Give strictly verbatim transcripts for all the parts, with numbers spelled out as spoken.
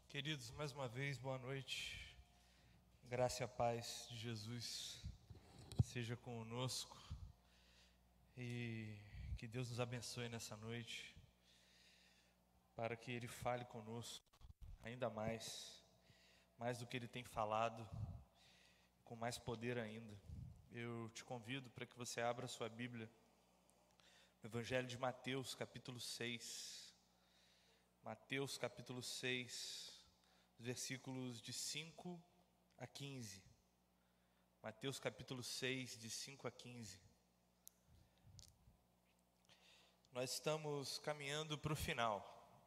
Queridos, mais uma vez, boa noite. Graça e a paz de Jesus seja conosco e que Deus nos abençoe nessa noite, para que Ele fale conosco ainda mais, mais do que Ele tem falado, com mais poder ainda. Eu te convido para que você abra sua Bíblia no Evangelho de Mateus, capítulo seis. Mateus, capítulo seis, versículos de cinco a quinze. Mateus, capítulo seis, de cinco a quinze. Nós estamos caminhando para o final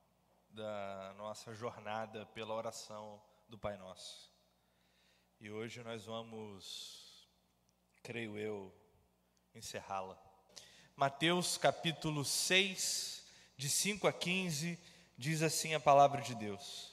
da nossa jornada pela oração do Pai Nosso. E hoje nós vamos, creio eu, encerrá-la. Mateus, capítulo seis, de cinco a quinze, diz assim a palavra de Deus: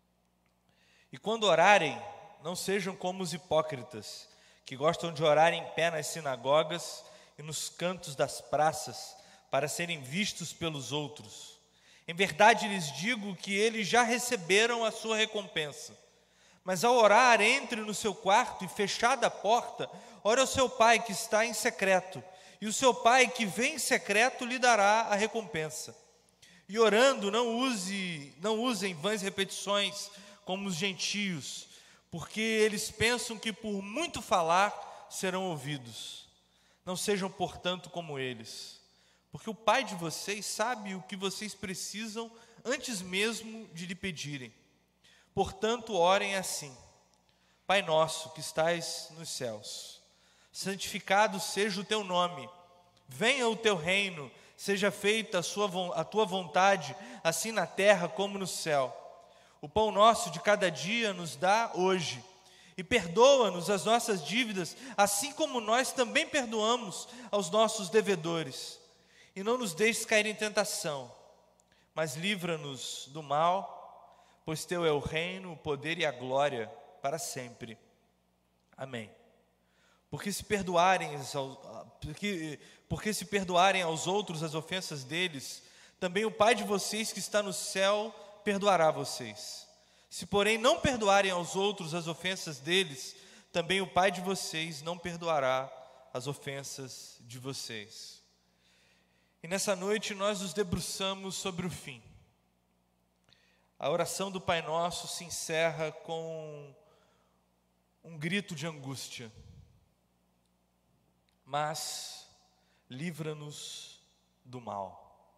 E quando orarem, não sejam como os hipócritas, que gostam de orar em pé nas sinagogas e nos cantos das praças, para serem vistos pelos outros. Em verdade lhes digo que eles já receberam a sua recompensa. Mas ao orar, entre no seu quarto e, fechada a porta, ore ao seu pai que está em secreto, e o seu pai que vem em secreto lhe dará a recompensa. E orando, não use, não usem vãs repetições como os gentios, porque eles pensam que por muito falar serão ouvidos. Não sejam, portanto, como eles, porque o Pai de vocês sabe o que vocês precisam antes mesmo de lhe pedirem. Portanto, orem assim: Pai nosso que estais nos céus, santificado seja o teu nome, venha o teu reino, seja feita a, sua, a tua vontade, assim na terra como no céu. O pão nosso de cada dia nos dá hoje, e perdoa-nos as nossas dívidas, assim como nós também perdoamos aos nossos devedores. E não nos deixes cair em tentação, mas livra-nos do mal, pois teu é o reino, o poder e a glória para sempre. Amém. Porque se perdoarem, porque, porque se perdoarem aos outros as ofensas deles, também o Pai de vocês que está no céu perdoará vocês. Se, porém, não perdoarem aos outros as ofensas deles, também o Pai de vocês não perdoará as ofensas de vocês. E nessa noite nós nos debruçamos sobre o fim. A oração do Pai Nosso se encerra com um grito de angústia: mas livra-nos do mal.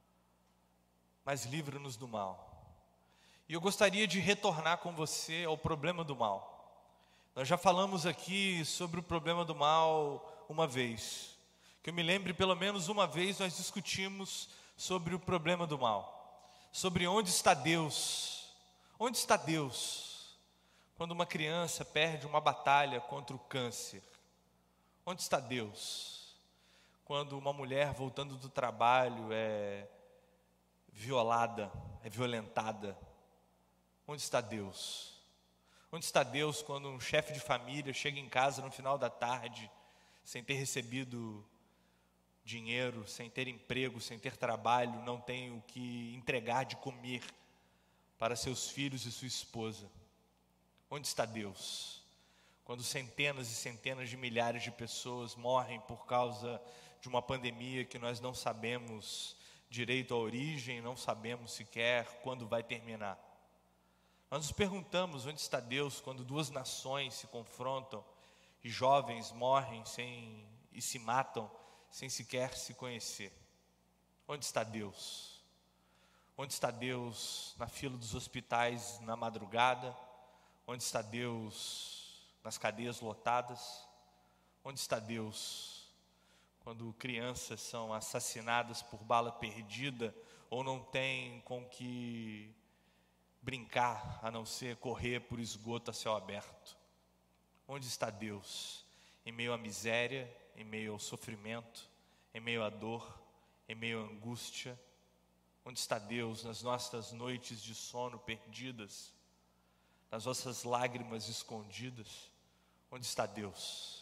Mas livra-nos do mal. E eu gostaria de retornar com você ao problema do mal. Nós já falamos aqui sobre o problema do mal uma vez. Que eu me lembre, pelo menos uma vez nós discutimos sobre o problema do mal. Sobre onde está Deus. Onde está Deus quando uma criança perde uma batalha contra o câncer? Onde está Deus quando uma mulher voltando do trabalho é violada, é violentada? Onde está Deus? Onde está Deus quando um chefe de família chega em casa no final da tarde sem ter recebido dinheiro, sem ter emprego, sem ter trabalho, não tem o que entregar de comer para seus filhos e sua esposa? Onde está Deus quando centenas e centenas de milhares de pessoas morrem por causa de uma pandemia que nós não sabemos direito a origem, não sabemos sequer quando vai terminar? Nós nos perguntamos onde está Deus quando duas nações se confrontam e jovens morrem sem, e se matam sem sequer se conhecer. Onde está Deus? Onde está Deus na fila dos hospitais na madrugada? Onde está Deus nas cadeias lotadas? Onde está Deus quando crianças são assassinadas por bala perdida ou não têm com que brincar a não ser correr por esgoto a céu aberto? Onde está Deus em meio à miséria, em meio ao sofrimento, em meio à dor, em meio à angústia? Onde está Deus nas nossas noites de sono perdidas, nas nossas lágrimas escondidas? Onde está Deus?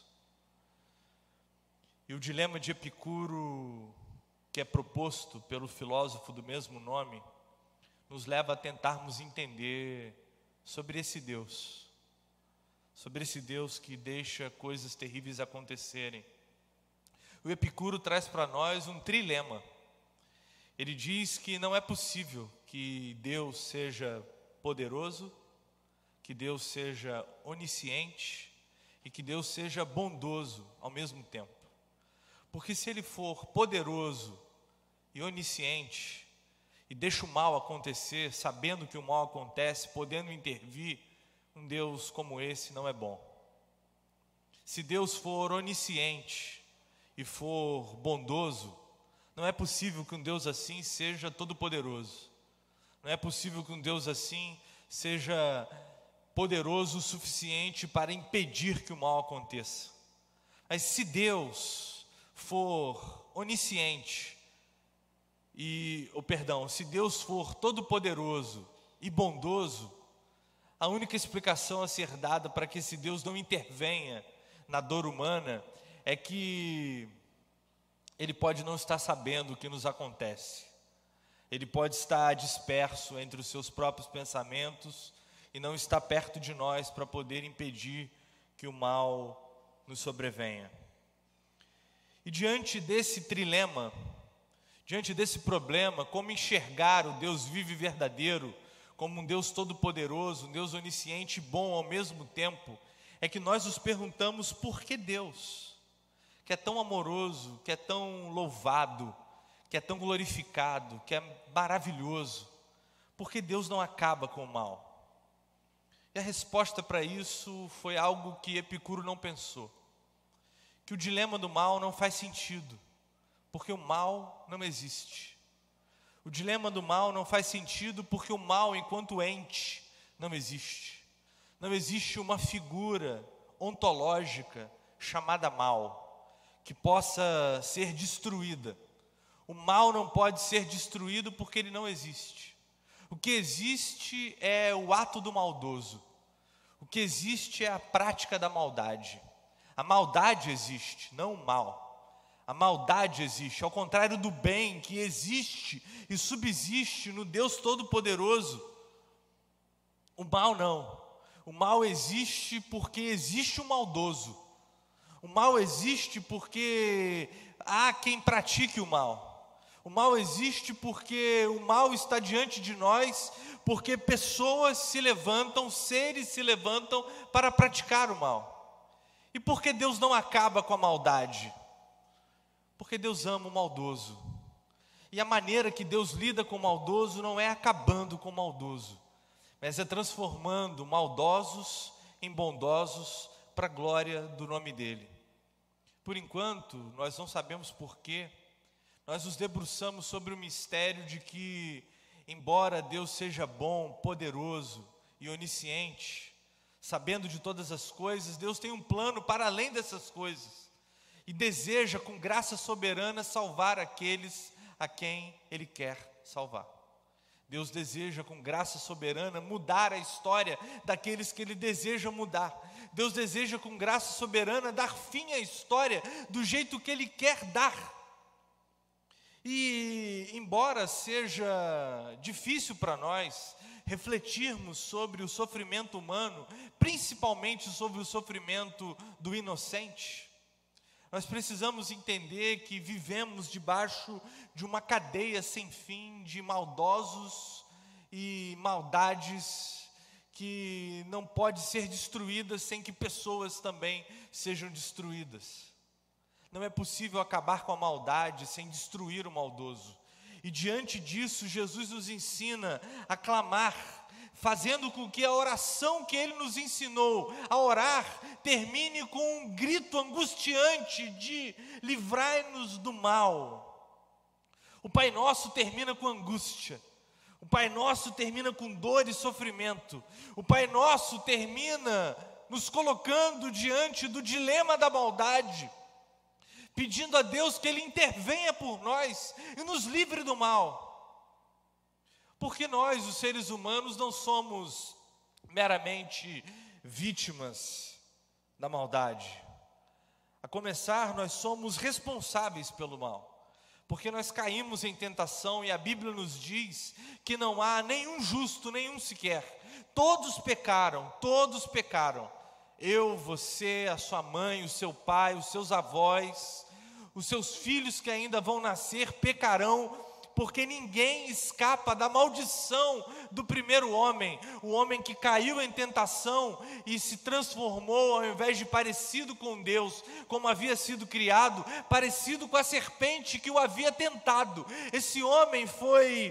E o dilema de Epicuro, que é proposto pelo filósofo do mesmo nome, nos leva a tentarmos entender sobre esse Deus, sobre esse Deus que deixa coisas terríveis acontecerem. O Epicuro traz para nós um trilema. Ele diz que não é possível que Deus seja poderoso, que Deus seja onisciente e que Deus seja bondoso ao mesmo tempo. Porque se Ele for poderoso e onisciente e deixa o mal acontecer, sabendo que o mal acontece, podendo intervir, um Deus como esse não é bom. Se Deus for onisciente e for bondoso, não é possível que um Deus assim seja todo-poderoso. Não é possível que um Deus assim seja poderoso o suficiente para impedir que o mal aconteça. Mas se Deus for onisciente e, oh, perdão, se Deus for todo-poderoso e bondoso, a única explicação a ser dada para que esse Deus não intervenha na dor humana é que Ele pode não estar sabendo o que nos acontece. Ele pode estar disperso entre os seus próprios pensamentos e não está perto de nós para poder impedir que o mal nos sobrevenha. E diante desse trilema, diante desse problema, como enxergar o Deus vivo e verdadeiro como um Deus todo-poderoso, um Deus onisciente e bom ao mesmo tempo, é que nós nos perguntamos por que Deus, que é tão amoroso, que é tão louvado, que é tão glorificado, que é maravilhoso, por que Deus não acaba com o mal? E a resposta para isso foi algo que Epicuro não pensou, que o dilema do mal não faz sentido, porque o mal não existe. O dilema do mal não faz sentido porque o mal, enquanto ente, não existe. Não existe uma figura ontológica chamada mal, que possa ser destruída. O mal não pode ser destruído porque ele não existe. O que existe é o ato do maldoso. O que existe é a prática da maldade. A maldade existe, não o mal. A maldade existe, ao contrário do bem que existe e subsiste no Deus Todo-Poderoso. O mal não. O mal existe porque existe o maldoso. O mal existe porque há quem pratique o mal. O mal existe porque o mal está diante de nós, porque pessoas se levantam, seres se levantam para praticar o mal. E por que Deus não acaba com a maldade? Porque Deus ama o maldoso. E a maneira que Deus lida com o maldoso não é acabando com o maldoso, mas é transformando maldosos em bondosos para a glória do nome dEle. Por enquanto, nós não sabemos porquê, nós nos debruçamos sobre o mistério de que, embora Deus seja bom, poderoso e onisciente, sabendo de todas as coisas, Deus tem um plano para além dessas coisas e deseja, com graça soberana, salvar aqueles a quem Ele quer salvar. Deus deseja, com graça soberana, mudar a história daqueles que Ele deseja mudar. Deus deseja, com graça soberana, dar fim à história do jeito que Ele quer dar. E, embora seja difícil para nós refletirmos sobre o sofrimento humano, principalmente sobre o sofrimento do inocente, nós precisamos entender que vivemos debaixo de uma cadeia sem fim de maldosos e maldades que não pode ser destruída sem que pessoas também sejam destruídas. Não é possível acabar com a maldade sem destruir o maldoso. E diante disso, Jesus nos ensina a clamar, fazendo com que a oração que Ele nos ensinou a orar termine com um grito angustiante de livrai-nos do mal. O Pai Nosso termina com angústia. O Pai Nosso termina com dor e sofrimento. O Pai Nosso termina nos colocando diante do dilema da maldade, pedindo a Deus que Ele intervenha por nós e nos livre do mal. Porque nós, os seres humanos, não somos meramente vítimas da maldade. A começar, nós somos responsáveis pelo mal. porque nós caímos em tentação e a Bíblia nos diz que não há nenhum justo, nenhum sequer. Todos pecaram, todos pecaram. Eu, você, a sua mãe, o seu pai, os seus avós, os seus filhos que ainda vão nascer pecarão, porque ninguém escapa da maldição do primeiro homem, o homem que caiu em tentação e se transformou, ao invés de parecido com Deus, como havia sido criado, parecido com a serpente que o havia tentado. Esse homem foi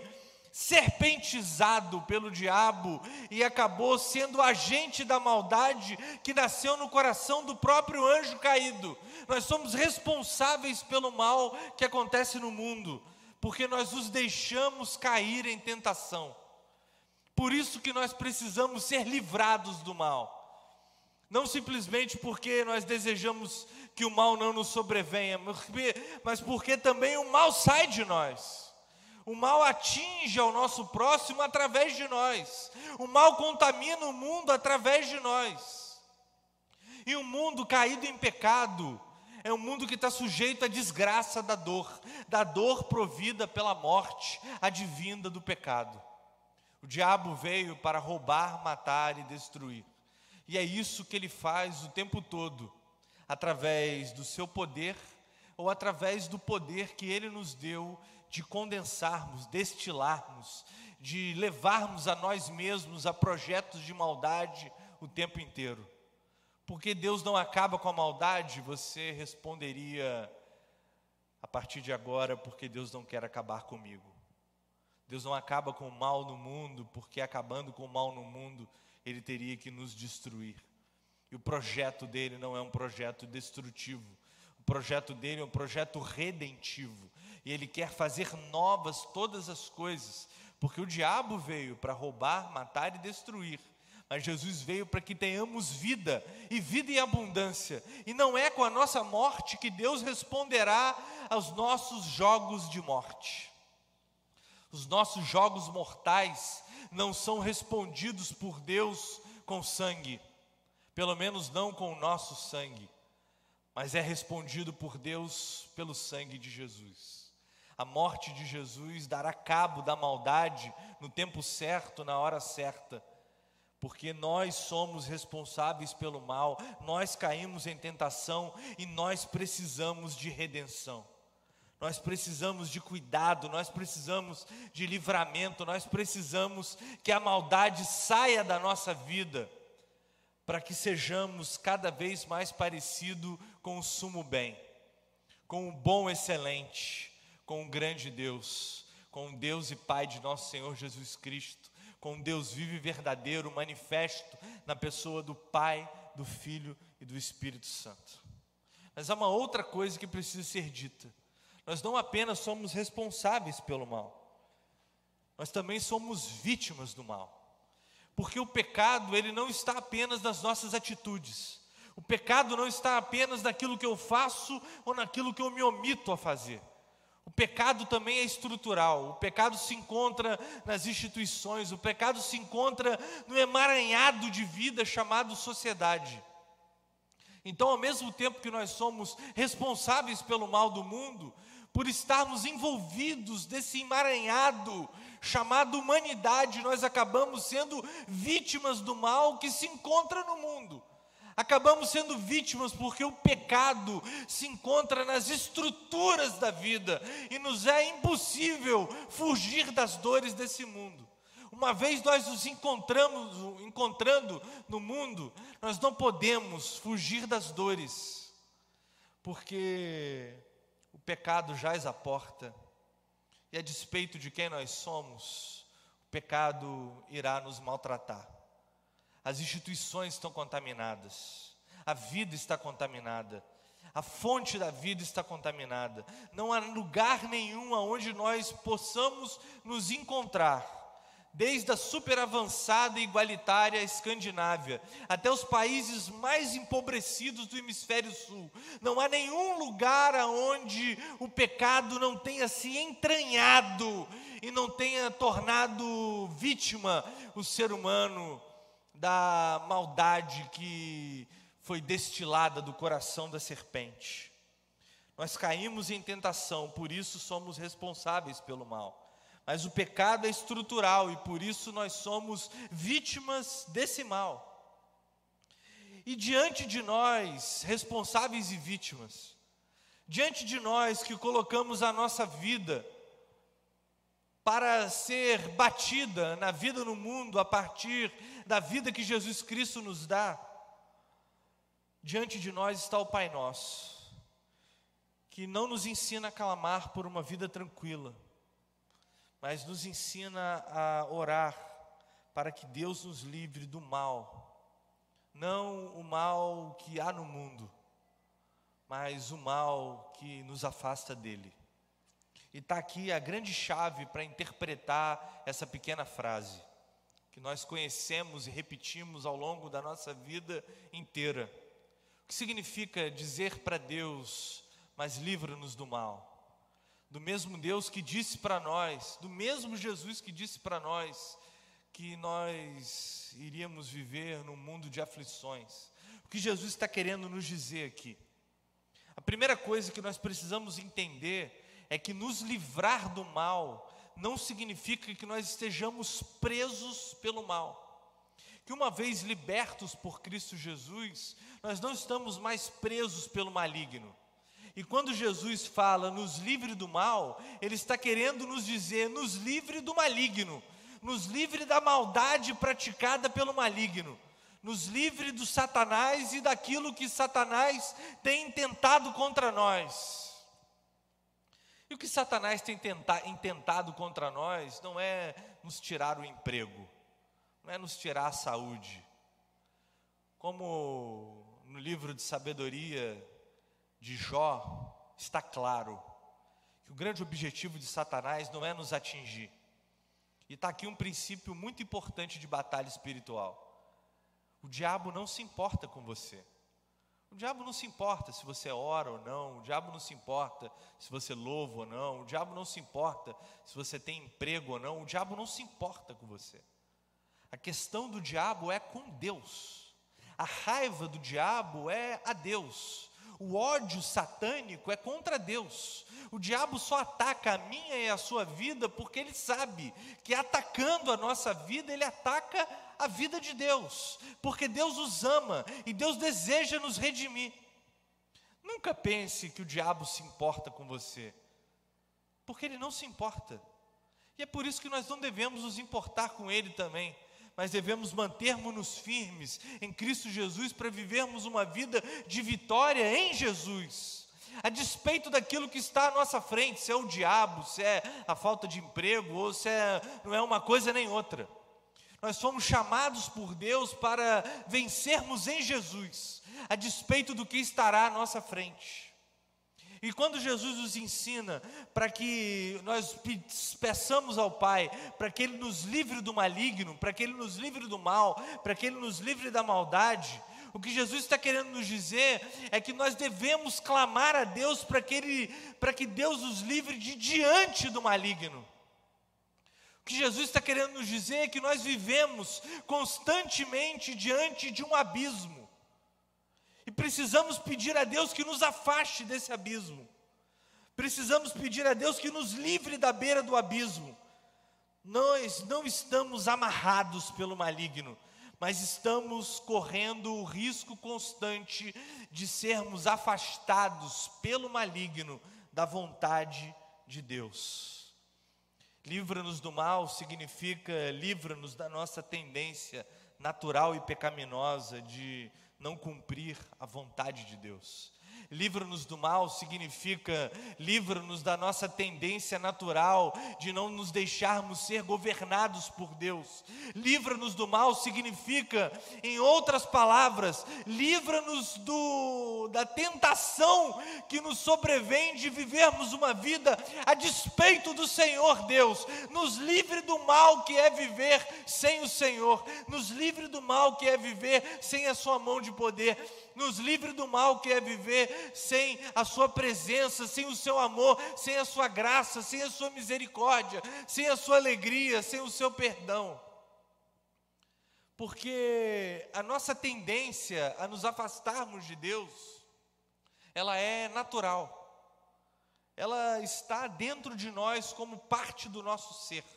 serpentizado pelo diabo e acabou sendo agente da maldade que nasceu no coração do próprio anjo caído. Nós somos responsáveis pelo mal que acontece no mundo, porque nós nos deixamos cair em tentação. Por isso que nós precisamos ser livrados do mal. Não simplesmente porque nós desejamos que o mal não nos sobrevenha, mas porque também o mal sai de nós. O mal atinge ao nosso próximo através de nós. O mal contamina o mundo através de nós. E o mundo caído em pecado é um mundo que está sujeito à desgraça da dor, da dor provida pela morte, advinda do pecado. O diabo veio para roubar, matar e destruir. E é isso que ele faz o tempo todo, através do seu poder ou através do poder que ele nos deu de condensarmos, destilarmos, de levarmos a nós mesmos a projetos de maldade o tempo inteiro. Porque Deus não acaba com a maldade, você responderia a partir de agora, porque Deus não quer acabar comigo. Deus não acaba com o mal no mundo, porque acabando com o mal no mundo, Ele teria que nos destruir. E o projeto dele não é um projeto destrutivo, o projeto dele é um projeto redentivo. E Ele quer fazer novas todas as coisas, porque o diabo veio para roubar, matar e destruir. Mas Jesus veio para que tenhamos vida, e vida em abundância. E não é com a nossa morte que Deus responderá aos nossos jogos de morte. Os nossos jogos mortais não são respondidos por Deus com sangue, pelo menos não com o nosso sangue, mas é respondido por Deus pelo sangue de Jesus. A morte de Jesus dará cabo da maldade no tempo certo, na hora certa, porque nós somos responsáveis pelo mal, nós caímos em tentação e nós precisamos de redenção. Nós precisamos de cuidado, nós precisamos de livramento, nós precisamos que a maldade saia da nossa vida, para que sejamos cada vez mais parecidos com o sumo bem, com o bom excelente, com o grande Deus, com o Deus e Pai de nosso Senhor Jesus Cristo, com um Deus vivo e verdadeiro, manifesto na pessoa do Pai, do Filho e do Espírito Santo. Mas há uma outra coisa que precisa ser dita. Nós não apenas somos responsáveis pelo mal, nós também somos vítimas do mal. Porque o pecado, ele não está apenas nas nossas atitudes. O pecado não está apenas naquilo que eu faço ou naquilo que eu me omito a fazer. O pecado também é estrutural, o pecado se encontra nas instituições, o pecado se encontra no emaranhado de vida chamado sociedade. Então, ao mesmo tempo que nós somos responsáveis pelo mal do mundo, por estarmos envolvidos nesse emaranhado chamado humanidade, nós acabamos sendo vítimas do mal que se encontra no mundo. Acabamos sendo vítimas porque o pecado se encontra nas estruturas da vida e nos é impossível fugir das dores desse mundo. Uma vez nós nos encontramos, encontrando no mundo, nós não podemos fugir das dores, porque o pecado jaz à porta e, a despeito de quem nós somos, o pecado irá nos maltratar. As instituições estão contaminadas, a vida está contaminada, a fonte da vida está contaminada. Não há lugar nenhum onde nós possamos nos encontrar, desde a super avançada e igualitária Escandinávia até os países mais empobrecidos do hemisfério sul. Não há nenhum lugar onde o pecado não tenha se entranhado e não tenha tornado vítima o ser humano da maldade que foi destilada do coração da serpente. Nós caímos em tentação, por isso somos responsáveis pelo mal. Mas o pecado é estrutural e por isso nós somos vítimas desse mal. E diante de nós, responsáveis e vítimas, diante de nós que colocamos a nossa vida para ser batida na vida no mundo a partir da vida que Jesus Cristo nos dá, diante de nós está o Pai Nosso, que não nos ensina a clamar por uma vida tranquila, mas nos ensina a orar para que Deus nos livre do mal. Não o mal que há no mundo, mas o mal que nos afasta dele. E está aqui a grande chave para interpretar essa pequena frase, que nós conhecemos e repetimos ao longo da nossa vida inteira. O que significa dizer para Deus, mas livra-nos do mal. Do mesmo Deus que disse para nós, do mesmo Jesus que disse para nós, que nós iríamos viver num mundo de aflições. O que Jesus está querendo nos dizer aqui? A primeira coisa que nós precisamos entender é que nos livrar do mal não significa que nós estejamos presos pelo mal. Que uma vez libertos por Cristo Jesus, nós não estamos mais presos pelo maligno. E quando Jesus fala, nos livre do mal, Ele está querendo nos dizer, nos livre do maligno. Nos livre da maldade praticada pelo maligno, nos livre do Satanás e daquilo que Satanás tem intentado contra nós. E o que Satanás tem tenta, intentado contra nós não é nos tirar o emprego, não é nos tirar a saúde. Como no livro de sabedoria de Jó está claro, que o grande objetivo de Satanás não é nos atingir. E está aqui um princípio muito importante de batalha espiritual. O diabo não se importa com você. O diabo não se importa se você ora ou não. O diabo não se importa se você louva ou não. O diabo não se importa se você tem emprego ou não. O diabo não se importa com você. A questão do diabo é com Deus. A raiva do diabo é a Deus. O ódio satânico é contra Deus. O diabo só ataca a minha e a sua vida porque ele sabe que atacando a nossa vida, ele ataca a vida de Deus. Porque Deus os ama e Deus deseja nos redimir. Nunca pense que o diabo se importa com você, porque ele não se importa. E é por isso que nós não devemos nos importar com ele também, mas devemos mantermos-nos firmes em Cristo Jesus para vivermos uma vida de vitória em Jesus. A despeito daquilo que está à nossa frente, se é o diabo, se é a falta de emprego, ou se é, não é uma coisa nem outra. Nós fomos chamados por Deus para vencermos em Jesus, a despeito do que estará à nossa frente. E quando Jesus nos ensina para que nós peçamos ao Pai, para que Ele nos livre do maligno, para que Ele nos livre do mal, para que Ele nos livre da maldade, o que Jesus está querendo nos dizer é que nós devemos clamar a Deus para que Ele, para que Deus nos livre de diante do maligno. O que Jesus está querendo nos dizer é que nós vivemos constantemente diante de um abismo. E precisamos pedir a Deus que nos afaste desse abismo. Precisamos pedir a Deus que nos livre da beira do abismo. Nós não estamos amarrados pelo maligno, mas estamos correndo o risco constante de sermos afastados pelo maligno da vontade de Deus. Livra-nos do mal significa livra-nos da nossa tendência natural e pecaminosa de não cumprir a vontade de Deus. Livra-nos do mal significa livra-nos da nossa tendência natural de não nos deixarmos ser governados por Deus. Livra-nos do mal significa, em outras palavras, livra-nos do, da tentação que nos sobrevém de vivermos uma vida a despeito do Senhor Deus. Nos livre do mal que é viver sem o Senhor. Nos livre do mal que é viver sem a sua mão de poder. Nos livre do mal que é viver sem a sua presença, sem o seu amor, sem a sua graça, sem a sua misericórdia, sem a sua alegria, sem o seu perdão. Porque a nossa tendência a nos afastarmos de Deus, ela é natural. ela está dentro de nós como parte do nosso ser.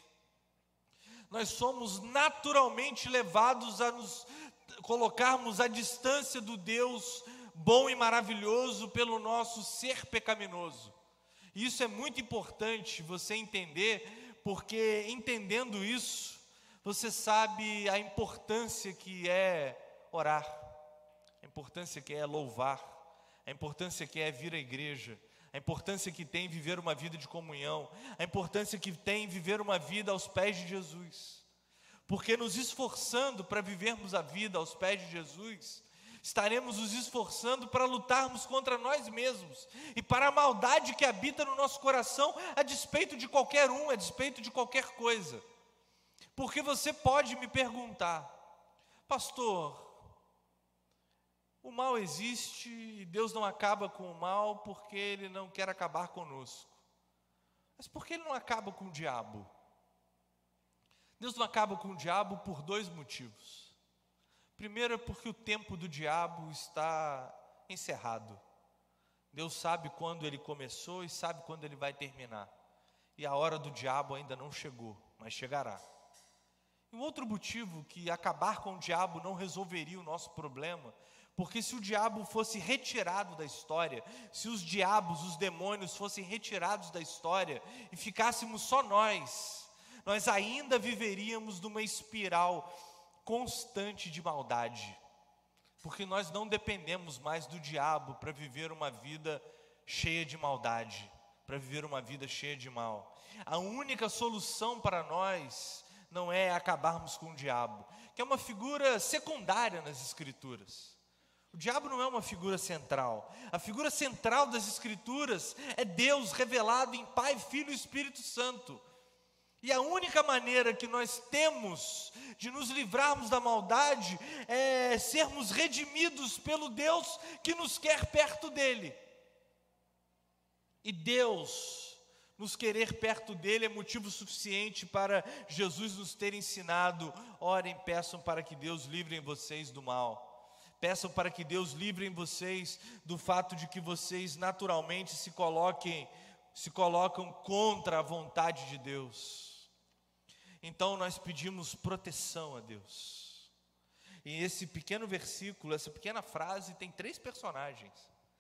Nós somos naturalmente levados a nos colocarmos à distância do Deus bom e maravilhoso pelo nosso ser pecaminoso. E isso é muito importante você entender, porque entendendo isso, você sabe a importância que é orar, a importância que é louvar, a importância que é vir à igreja, a importância que tem viver uma vida de comunhão, a importância que tem viver uma vida aos pés de Jesus. Porque nos esforçando para vivermos a vida aos pés de Jesus, estaremos nos esforçando para lutarmos contra nós mesmos e para a maldade que habita no nosso coração, a despeito de qualquer um, a despeito de qualquer coisa. Porque você pode me perguntar: pastor, o mal existe e Deus não acaba com o mal porque Ele não quer acabar conosco. Mas por que Ele não acaba com o diabo? Deus não acaba com o diabo por dois motivos. Primeiro é porque o tempo do diabo está encerrado. Deus sabe quando ele começou e sabe quando ele vai terminar. E a hora do diabo ainda não chegou, mas chegará. E um outro motivo que acabar com o diabo não resolveria o nosso problema, porque se o diabo fosse retirado da história, se os diabos, os demônios fossem retirados da história e ficássemos só nós, nós ainda viveríamos numa espiral constante de maldade, porque nós não dependemos mais do diabo para viver uma vida cheia de maldade, para viver uma vida cheia de mal. A única solução para nós não é acabarmos com o diabo, que é uma figura secundária nas Escrituras. O diabo não é uma figura central. A figura central das Escrituras é Deus revelado em Pai, Filho e Espírito Santo. E a única maneira que nós temos de nos livrarmos da maldade é sermos redimidos pelo Deus que nos quer perto dele. E Deus nos querer perto dele é motivo suficiente para Jesus nos ter ensinado: orem, peçam para que Deus livre vocês do mal. Peçam para que Deus livre vocês do fato de que vocês naturalmente se coloquem, se colocam contra a vontade de Deus. Então nós pedimos proteção a Deus. E esse pequeno versículo, essa pequena frase tem três personagens.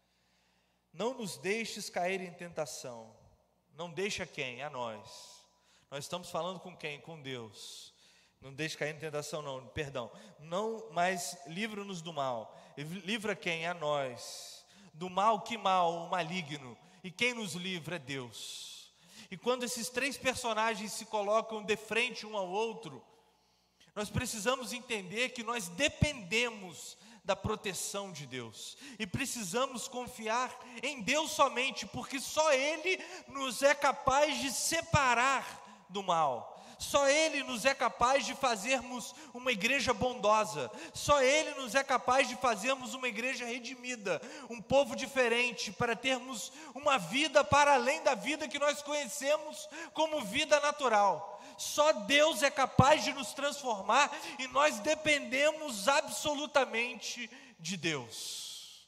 Não nos deixes cair em tentação. Não deixa quem? A nós. Nós estamos falando com quem? Com Deus. Não deixe cair em tentação, não, perdão. Não, mas livra-nos do mal. Livra quem? A nós. Do mal, que mal? O maligno. E quem nos livra é Deus. E quando esses três personagens se colocam de frente um ao outro, nós precisamos entender que nós dependemos da proteção de Deus. E precisamos confiar em Deus somente, porque só Ele nos é capaz de separar do mal. Só Ele nos é capaz de fazermos uma igreja bondosa. Só Ele nos é capaz de fazermos uma igreja redimida, um povo diferente, para termos uma vida para além da vida que nós conhecemos como vida natural. Só Deus é capaz de nos transformar e nós dependemos absolutamente de Deus.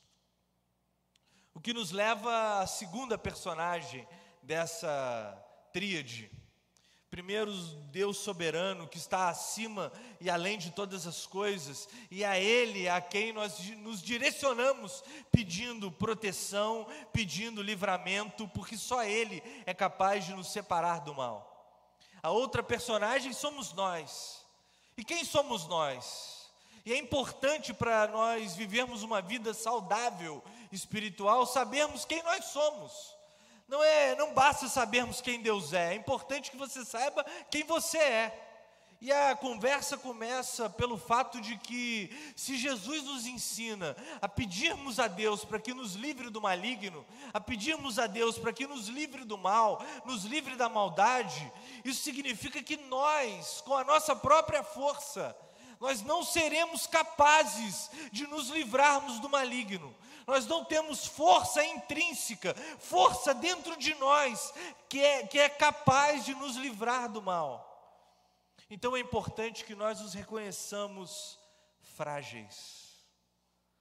O que nos leva à segunda personagem dessa tríade. Primeiro, Deus soberano, que está acima e além de todas as coisas, e a Ele a quem nós nos direcionamos pedindo proteção, pedindo livramento, porque só Ele é capaz de nos separar do mal. A outra personagem somos nós. E quem somos nós? E é importante para nós vivermos uma vida saudável, espiritual, sabermos quem nós somos. Não é, não basta sabermos quem Deus é, é importante que você saiba quem você é. E a conversa começa pelo fato de que, se Jesus nos ensina a pedirmos a Deus para que nos livre do maligno, a pedirmos a Deus para que nos livre do mal, nos livre da maldade, isso significa que nós, com a nossa própria força, nós não seremos capazes de nos livrarmos do maligno. Nós não temos força intrínseca, força dentro de nós, que é, que é capaz de nos livrar do mal. Então é importante que nós nos reconheçamos frágeis.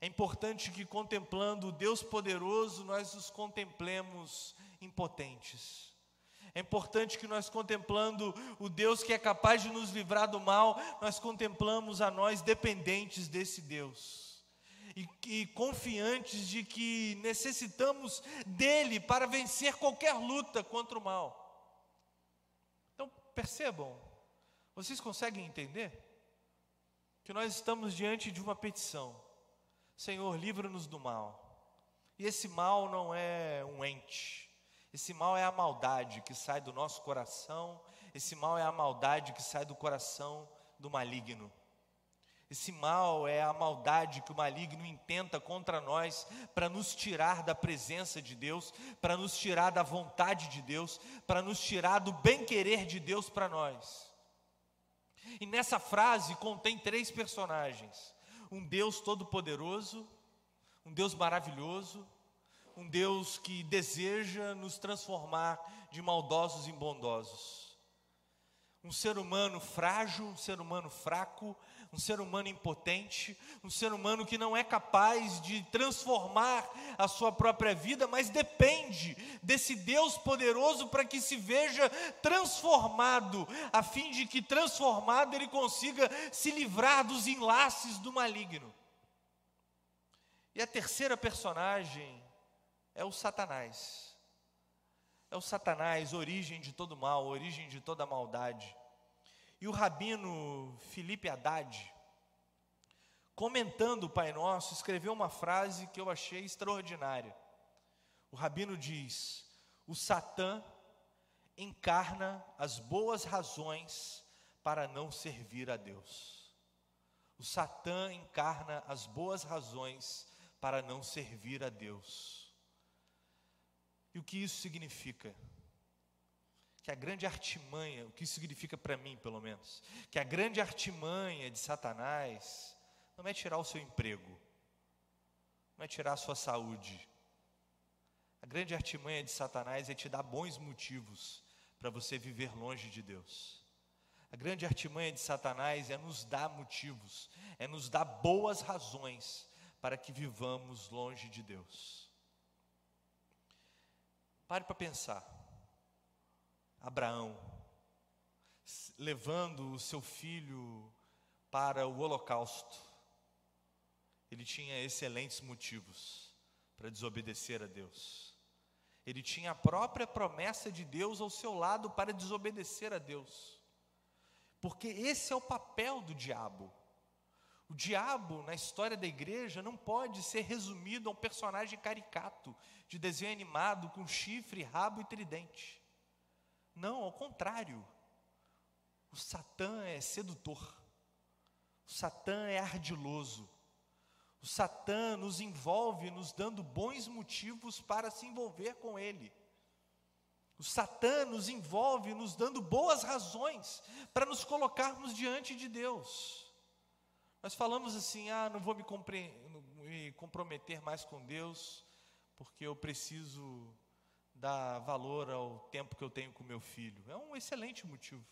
É importante que, contemplando o Deus poderoso, nós nos contemplemos impotentes. É importante que nós, contemplando o Deus que é capaz de nos livrar do mal, nós contemplamos a nós dependentes desse Deus. E, e confiantes de que necessitamos dele para vencer qualquer luta contra o mal. Então, percebam, vocês conseguem entender? Que nós estamos diante de uma petição. Senhor, livra-nos do mal. E esse mal não é um ente. Esse mal é a maldade que sai do nosso coração. Esse mal é a maldade que sai do coração do maligno. Esse mal é a maldade que o maligno intenta contra nós para nos tirar da presença de Deus, para nos tirar da vontade de Deus, para nos tirar do bem-querer de Deus para nós. E nessa frase contém três personagens. Um Deus todo-poderoso, um Deus maravilhoso, um Deus que deseja nos transformar de maldosos em bondosos. Um ser humano frágil, um ser humano fraco, um ser humano impotente, um ser humano que não é capaz de transformar a sua própria vida, mas depende desse Deus poderoso para que se veja transformado, a fim de que, transformado, ele consiga se livrar dos enlaces do maligno. E a terceira personagem é o Satanás. É o Satanás, origem de todo mal, origem de toda maldade. E o rabino Filipe Haddad, comentando o Pai Nosso, escreveu uma frase que eu achei extraordinária. O rabino diz: o Satã encarna as boas razões para não servir a Deus. O Satã encarna as boas razões para não servir a Deus. E o que isso significa? Que a grande artimanha, o que isso significa para mim pelo menos, que a grande artimanha de Satanás não é tirar o seu emprego, não é tirar a sua saúde. A grande artimanha de Satanás é te dar bons motivos para você viver longe de Deus. A grande artimanha de Satanás é nos dar motivos, é nos dar boas razões para que vivamos longe de Deus. Pare para pensar. Abraão, levando o seu filho para o holocausto, ele tinha excelentes motivos para desobedecer a Deus. Ele tinha a própria promessa de Deus ao seu lado para desobedecer a Deus. Porque esse é o papel do diabo. O diabo, na história da igreja, não pode ser resumido a um personagem caricato, de desenho animado, com chifre, rabo e tridente. Não, ao contrário. O Satã é sedutor. O Satã é ardiloso. O Satã nos envolve, nos dando bons motivos para se envolver com ele. O Satã nos envolve, nos dando boas razões para nos colocarmos diante de Deus. Nós falamos assim: ah, não vou me, compre- me comprometer mais com Deus, porque eu preciso dar valor ao tempo que eu tenho com meu filho. É um excelente motivo.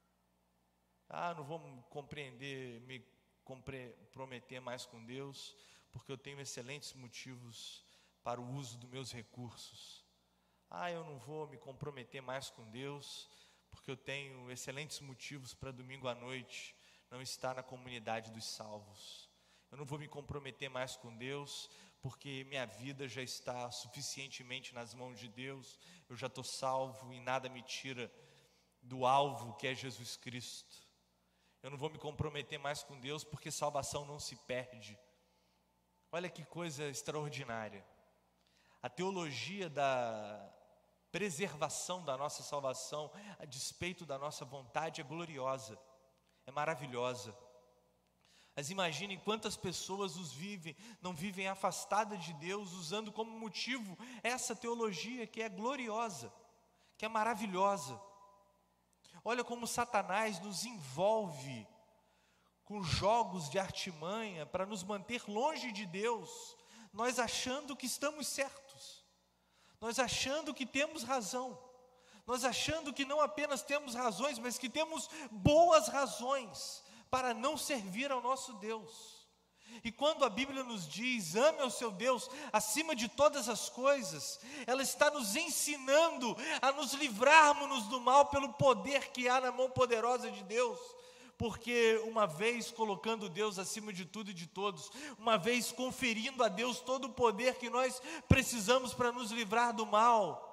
Ah, não vou compreender, me comprometer mais com Deus, porque eu tenho excelentes motivos para o uso dos meus recursos. Ah, eu não vou me comprometer mais com Deus, porque eu tenho excelentes motivos para domingo à noite não estar na comunidade dos salvos. Eu não vou me comprometer mais com Deus, porque minha vida já está suficientemente nas mãos de Deus, eu já estou salvo e nada me tira do alvo que é Jesus Cristo. Eu não vou me comprometer mais com Deus, porque salvação não se perde. Olha que coisa extraordinária. A teologia da preservação da nossa salvação, a despeito da nossa vontade, é gloriosa, é maravilhosa. Mas imaginem quantas pessoas os vivem, não vivem afastadas de Deus, usando como motivo essa teologia que é gloriosa, que é maravilhosa. Olha como Satanás nos envolve com jogos de artimanha para nos manter longe de Deus, nós achando que estamos certos, nós achando que temos razão, nós achando que não apenas temos razões, mas que temos boas razões para não servir ao nosso Deus. E quando a Bíblia nos diz, ame ao seu Deus acima de todas as coisas, ela está nos ensinando a nos livrarmos do mal pelo poder que há na mão poderosa de Deus. Porque uma vez colocando Deus acima de tudo e de todos, uma vez conferindo a Deus todo o poder que nós precisamos para nos livrar do mal,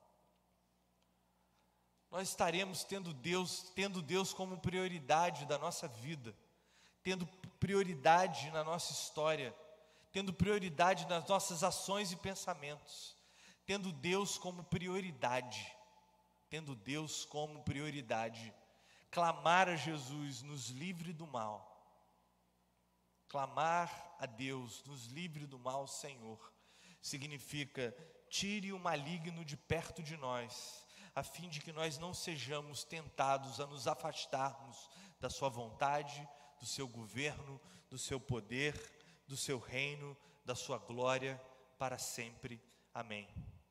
nós estaremos tendo Deus, tendo Deus como prioridade da nossa vida, tendo prioridade na nossa história, tendo prioridade nas nossas ações e pensamentos, tendo Deus como prioridade, tendo Deus como prioridade. Clamar a Jesus, nos livre do mal. Clamar a Deus, nos livre do mal, Senhor, significa tire o maligno de perto de nós, a fim de que nós não sejamos tentados a nos afastarmos da sua vontade, do seu governo, do seu poder, do seu reino, da sua glória para sempre. Amém.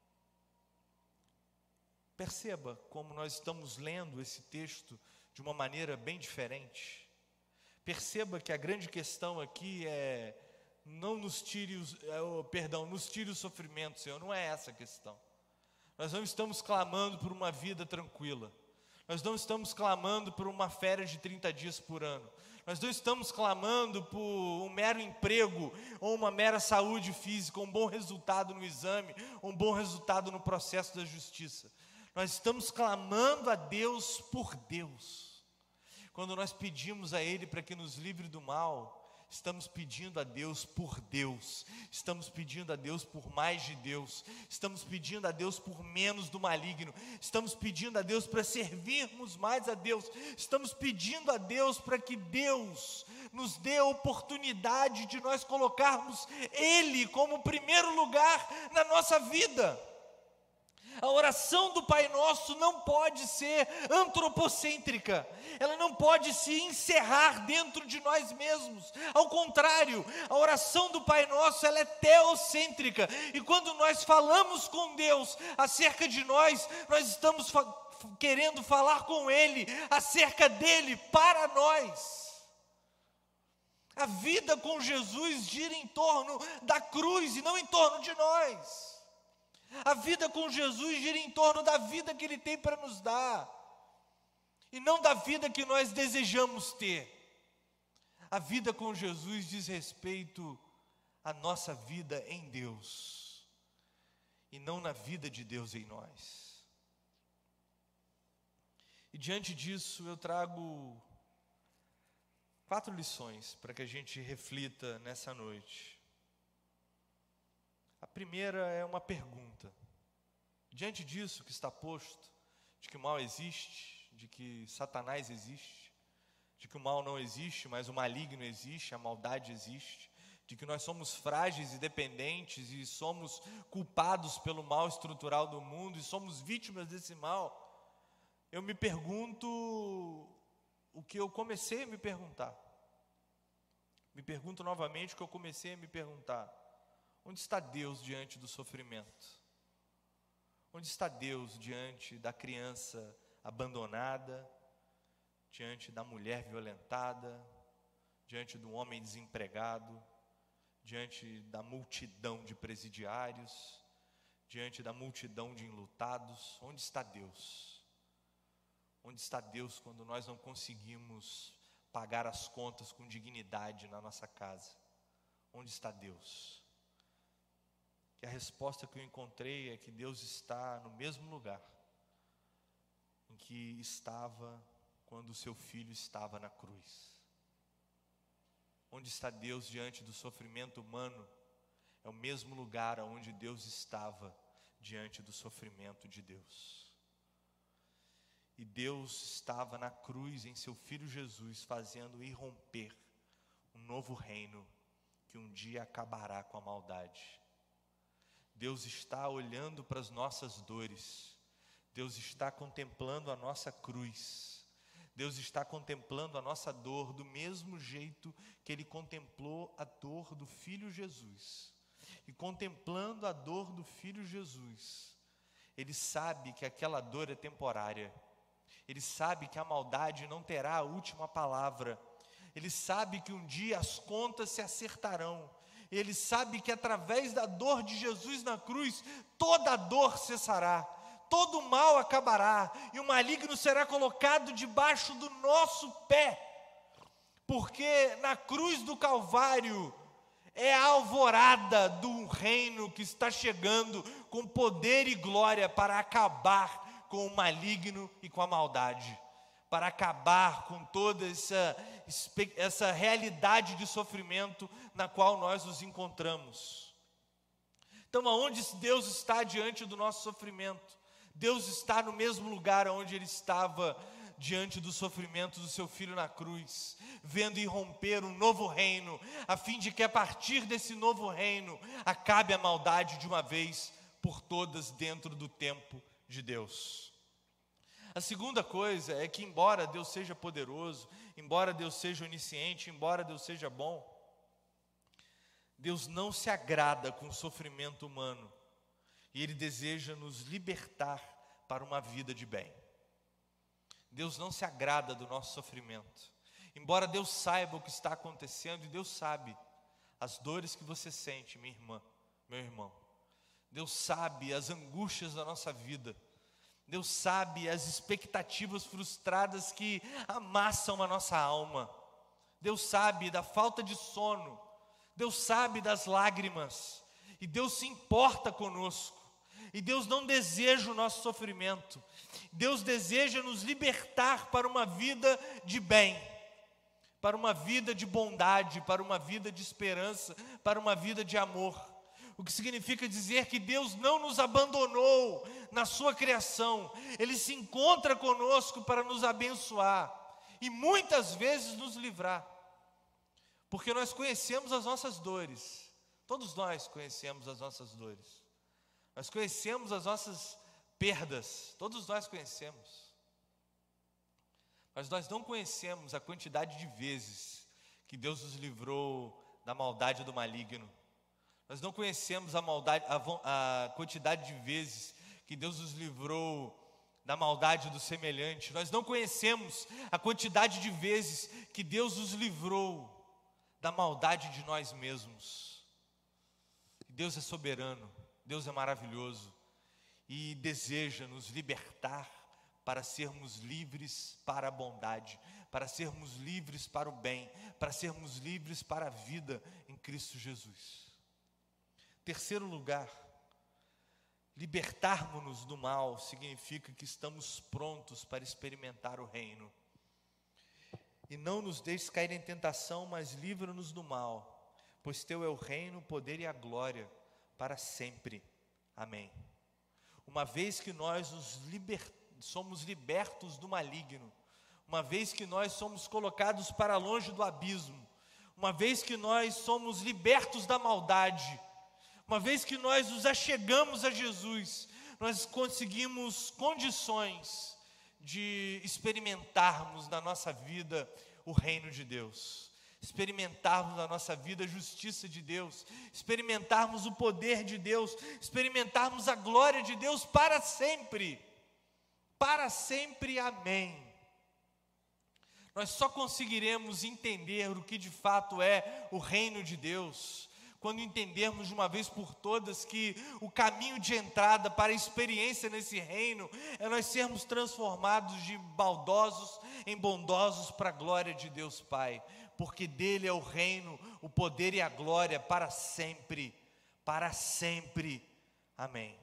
Perceba como nós estamos lendo esse texto de uma maneira bem diferente. Perceba que a grande questão aqui é não nos tire os, é, oh, perdão, nos tire o sofrimento, Senhor, não é essa a questão. Nós não estamos clamando por uma vida tranquila. Nós não estamos clamando por uma férias de trinta dias por ano. Nós não estamos clamando por um mero emprego ou uma mera saúde física, um bom resultado no exame, um bom resultado no processo da justiça. Nós estamos clamando a Deus por Deus. Quando nós pedimos a Ele para que nos livre do mal, estamos pedindo a Deus por Deus, estamos pedindo a Deus por mais de Deus, estamos pedindo a Deus por menos do maligno, estamos pedindo a Deus para servirmos mais a Deus, estamos pedindo a Deus para que Deus nos dê a oportunidade de nós colocarmos Ele como primeiro lugar na nossa vida. A oração do Pai Nosso não pode ser antropocêntrica, ela não pode se encerrar dentro de nós mesmos. Ao contrário, a oração do Pai Nosso, ela é teocêntrica, e quando nós falamos com Deus acerca de nós, nós estamos fa- querendo falar com Ele acerca dEle para nós. A vida com Jesus gira em torno da cruz e não em torno de nós. A vida com Jesus gira em torno da vida que Ele tem para nos dar, e não da vida que nós desejamos ter. A vida com Jesus diz respeito à nossa vida em Deus, e não na vida de Deus em nós. E diante disso eu trago quatro lições para que a gente reflita nessa noite. A primeira é uma pergunta. Diante disso que está posto, de que o mal existe, de que Satanás existe, de que o mal não existe, mas o maligno existe, a maldade existe, de que nós somos frágeis e dependentes e somos culpados pelo mal estrutural do mundo e somos vítimas desse mal, eu me pergunto o que eu comecei a me perguntar. Me pergunto novamente o que eu comecei a me perguntar. Onde está Deus diante do sofrimento? Onde está Deus diante da criança abandonada, diante da mulher violentada, diante do homem desempregado, diante da multidão de presidiários, diante da multidão de enlutados? Onde está Deus? Onde está Deus quando nós não conseguimos pagar as contas com dignidade na nossa casa? Onde está Deus? E a resposta que eu encontrei é que Deus está no mesmo lugar em que estava quando o seu filho estava na cruz. Onde está Deus diante do sofrimento humano? É o mesmo lugar onde Deus estava diante do sofrimento de Deus. E Deus estava na cruz em seu Filho Jesus, fazendo irromper um novo reino que um dia acabará com a maldade. Deus está olhando para as nossas dores, Deus está contemplando a nossa cruz, Deus está contemplando a nossa dor do mesmo jeito que Ele contemplou a dor do Filho Jesus. E contemplando a dor do Filho Jesus, Ele sabe que aquela dor é temporária, Ele sabe que a maldade não terá a última palavra. Ele sabe que um dia as contas se acertarão. Ele sabe que através da dor de Jesus na cruz, toda a dor cessará, todo o mal acabará, e o maligno será colocado debaixo do nosso pé. Porque na cruz do Calvário é a alvorada do reino que está chegando com poder e glória para acabar com o maligno e com a maldade, para acabar com toda essa, essa realidade de sofrimento na qual nós nos encontramos. Então, aonde Deus está diante do nosso sofrimento? Deus está no mesmo lugar onde Ele estava diante do sofrimento do seu Filho na cruz, vendo irromper um novo reino, a fim de que a partir desse novo reino, acabe a maldade de uma vez por todas dentro do tempo de Deus. A segunda coisa é que, embora Deus seja poderoso, embora Deus seja onisciente, embora Deus seja bom, Deus não se agrada com o sofrimento humano, e Ele deseja nos libertar para uma vida de bem. Deus não se agrada do nosso sofrimento, embora Deus saiba o que está acontecendo, e Deus sabe as dores que você sente, minha irmã, meu irmão. Deus sabe as angústias da nossa vida. Deus sabe as expectativas frustradas que amassam a nossa alma. Deus sabe da falta de sono. Deus sabe das lágrimas. E Deus se importa conosco. E Deus não deseja o nosso sofrimento. Deus deseja nos libertar para uma vida de bem, para uma vida de bondade, para uma vida de esperança, para uma vida de amor. O que significa dizer que Deus não nos abandonou na sua criação. Ele se encontra conosco para nos abençoar e muitas vezes nos livrar. Porque nós conhecemos as nossas dores. Todos nós conhecemos as nossas dores. Nós conhecemos as nossas perdas. Todos nós conhecemos. Mas nós não conhecemos a quantidade de vezes que Deus nos livrou da maldade do maligno. Nós não conhecemos a, maldade, a, a quantidade de vezes que Deus nos livrou da maldade do semelhante. Nós não conhecemos a quantidade de vezes que Deus nos livrou da maldade de nós mesmos. Deus é soberano, Deus é maravilhoso e deseja nos libertar para sermos livres para a bondade, para sermos livres para o bem, para sermos livres para a vida em Cristo Jesus. Terceiro lugar, libertarmos-nos do mal significa que estamos prontos para experimentar o reino. E não nos deixes cair em tentação, mas livra-nos do mal, pois teu é o reino, o poder e a glória para sempre. Amém. Uma vez que nós nos liber... somos libertos do maligno, uma vez que nós somos colocados para longe do abismo, uma vez que nós somos libertos da maldade, uma vez que nós nos achegamos a Jesus, nós conseguimos condições de experimentarmos na nossa vida o reino de Deus, experimentarmos na nossa vida a justiça de Deus, experimentarmos o poder de Deus, experimentarmos a glória de Deus para sempre, para sempre, amém. Nós só conseguiremos entender o que de fato é o reino de Deus quando entendermos de uma vez por todas que o caminho de entrada para a experiência nesse reino é nós sermos transformados de maldosos em bondosos para a glória de Deus Pai, porque dele é o reino, o poder e a glória para sempre, para sempre, amém.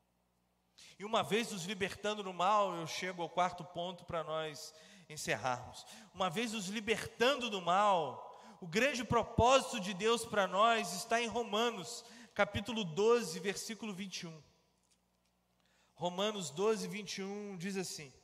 E uma vez nos libertando do mal, eu chego ao quarto ponto para nós encerrarmos. Uma vez nos libertando do mal, o grande propósito de Deus para nós está em Romanos, capítulo doze, versículo vinte e um. Romanos doze, vinte e um diz assim: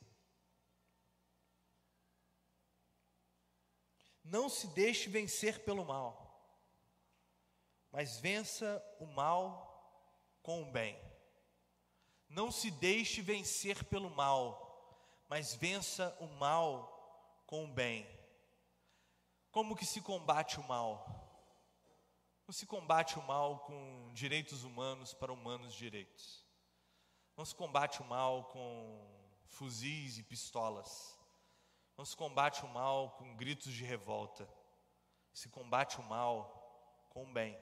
não se deixe vencer pelo mal, mas vença o mal com o bem. Não se deixe vencer pelo mal, mas vença o mal com o bem. Como que se combate o mal? Não se combate o mal com direitos humanos para humanos direitos. Não se combate o mal com fuzis e pistolas. Não se combate o mal com gritos de revolta. Se combate o mal com o bem.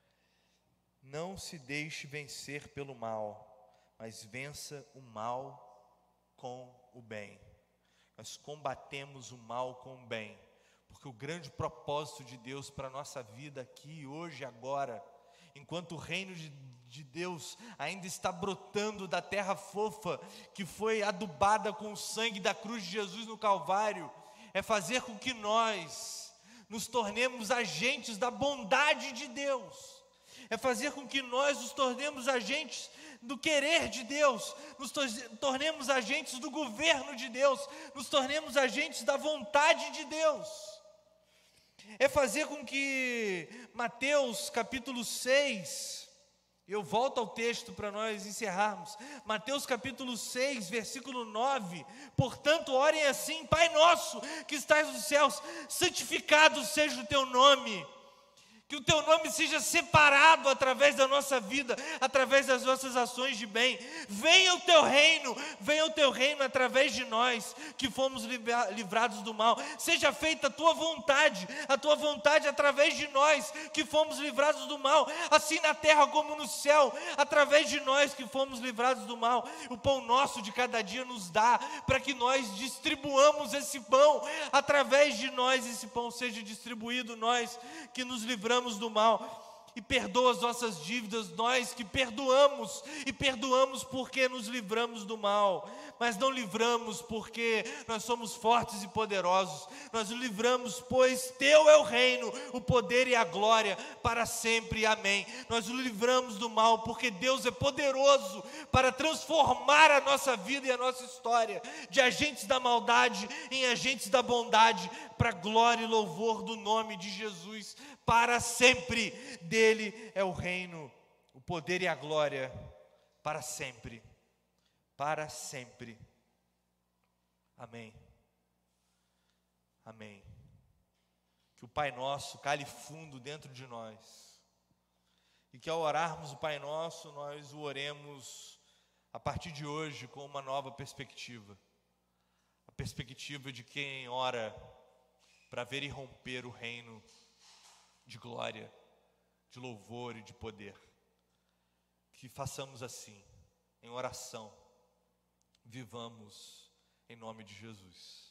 Não se deixe vencer pelo mal, mas vença o mal com o bem. Nós combatemos o mal com o bem, porque o grande propósito de Deus para a nossa vida aqui, hoje, agora, enquanto o reino de, de Deus ainda está brotando da terra fofa, que foi adubada com o sangue da cruz de Jesus no Calvário, é fazer com que nós nos tornemos agentes da bondade de Deus, é fazer com que nós nos tornemos agentes do querer de Deus, nos tornemos agentes do governo de Deus, nos tornemos agentes da vontade de Deus. É fazer com que Mateus capítulo seis, eu volto ao texto para nós encerrarmos, Mateus capítulo seis, versículo nove, portanto orem assim: Pai nosso que estás nos céus, santificado seja o teu nome. Que o teu nome seja separado através da nossa vida, através das nossas ações de bem. Venha o teu reino, venha o teu reino através de nós, que fomos livrados do mal. Seja feita a tua vontade, a tua vontade através de nós, que fomos livrados do mal. Assim na terra como no céu, através de nós que fomos livrados do mal. O pão nosso de cada dia nos dá, para que nós distribuamos esse pão. Através de nós esse pão seja distribuído, nós que nos livramos do mal, e perdoa as nossas dívidas, nós que perdoamos, e perdoamos porque nos livramos do mal, mas não livramos porque nós somos fortes e poderosos, nós nos livramos, pois teu é o reino, o poder e a glória para sempre, amém. Nós nos livramos do mal porque Deus é poderoso para transformar a nossa vida e a nossa história, de agentes da maldade em agentes da bondade, para a glória e louvor do nome de Jesus, para sempre. Dele é o reino, o poder e a glória, para sempre, para sempre, amém, amém. Que o Pai Nosso cale fundo dentro de nós, e que ao orarmos o Pai Nosso, nós o oremos a partir de hoje com uma nova perspectiva, a perspectiva de quem ora para ver irromper o reino de glória, de louvor e de poder. Que façamos assim, em oração, vivamos em nome de Jesus.